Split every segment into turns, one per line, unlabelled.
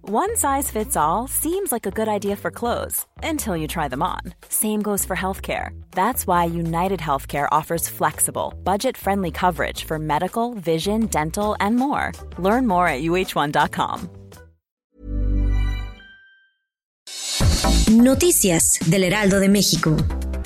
One size fits all seems like a good idea for clothes until you try them on. Same goes for healthcare. That's why United Healthcare offers flexible, budget-friendly coverage for medical, vision, dental, and more. Learn more at uh1.com.
Noticias del Heraldo de México.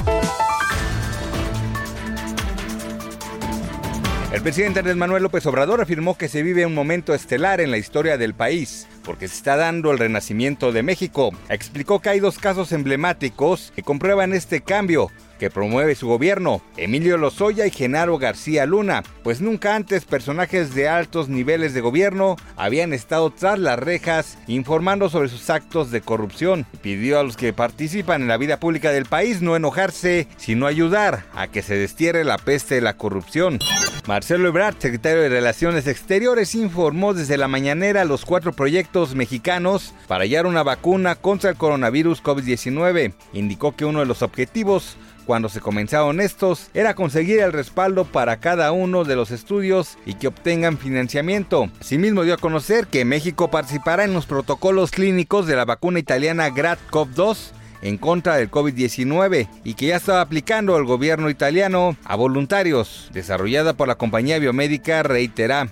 El presidente Andrés Manuel López Obrador afirmó que se vive un momento estelar en la historia del país, porque se está dando el renacimiento de México. Explicó que hay dos casos emblemáticos que comprueban este cambio que promueve su gobierno: Emilio Lozoya y Genaro García Luna, pues nunca antes personajes de altos niveles de gobierno habían estado tras las rejas informando sobre sus actos de corrupción. Pidió a los que participan en la vida pública del país no enojarse, sino ayudar a que se destierre la peste de la corrupción. Marcelo Ebrard, secretario de Relaciones Exteriores, informó desde la mañanera los 4 proyectos mexicanos para hallar una vacuna contra el coronavirus COVID-19. Indicó que uno de los objetivos cuando se comenzaron estos era conseguir el respaldo para cada uno de los estudios y que obtengan financiamiento. Asimismo dio a conocer que México participará en los protocolos clínicos de la vacuna italiana Grad-CoV-2 en contra del COVID-19 y que ya estaba aplicando el gobierno italiano a voluntarios, desarrollada por la compañía biomédica Reitera.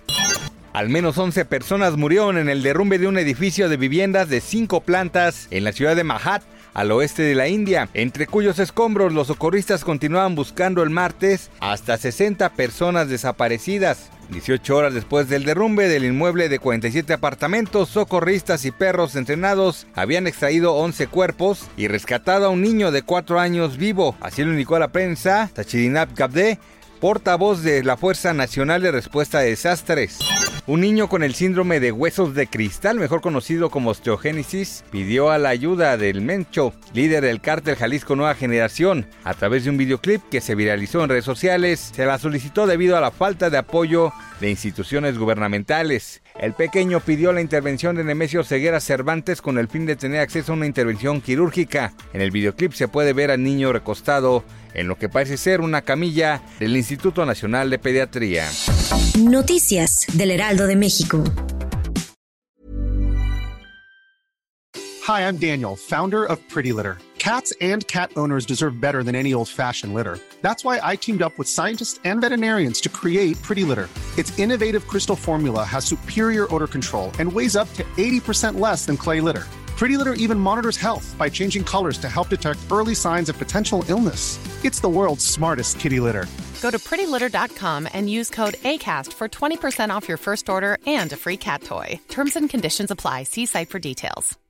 Al menos 11 personas murieron en el derrumbe de un edificio de viviendas de 5 plantas en la ciudad de Mahat, al oeste de la India, entre cuyos escombros los socorristas continuaban buscando el martes hasta 60 personas desaparecidas. 18 horas después del derrumbe del inmueble de 47 apartamentos, socorristas y perros entrenados habían extraído 11 cuerpos y rescatado a un niño de 4 años vivo. Así lo indicó a la prensa Tachidinab Gabde, portavoz de la Fuerza Nacional de Respuesta a Desastres. Un niño con el síndrome de huesos de cristal, mejor conocido como osteogénesis, pidió a la ayuda del Mencho, líder del cártel Jalisco Nueva Generación. A través de un videoclip que se viralizó en redes sociales, se la solicitó debido a la falta de apoyo de instituciones gubernamentales. El pequeño pidió la intervención de Nemesio Ceguera Cervantes con el fin de tener acceso a una intervención quirúrgica. En el videoclip se puede ver al niño recostado en lo que parece ser una camilla del Instituto Nacional de Pediatría.
Noticias del Heraldo de México.
Hi, I'm Daniel, founder of Pretty Litter. Cats and cat owners deserve better than any old-fashioned litter. That's why I teamed up with scientists and veterinarians to create Pretty Litter. Its innovative crystal formula has superior odor control and weighs up to 80% less than clay litter. Pretty Litter even monitors health by changing colors to help detect early signs of potential illness. It's the world's smartest kitty litter.
Go to prettylitter.com and use code ACAST for 20% off your first order and a free cat toy. Terms and conditions apply. See site for details.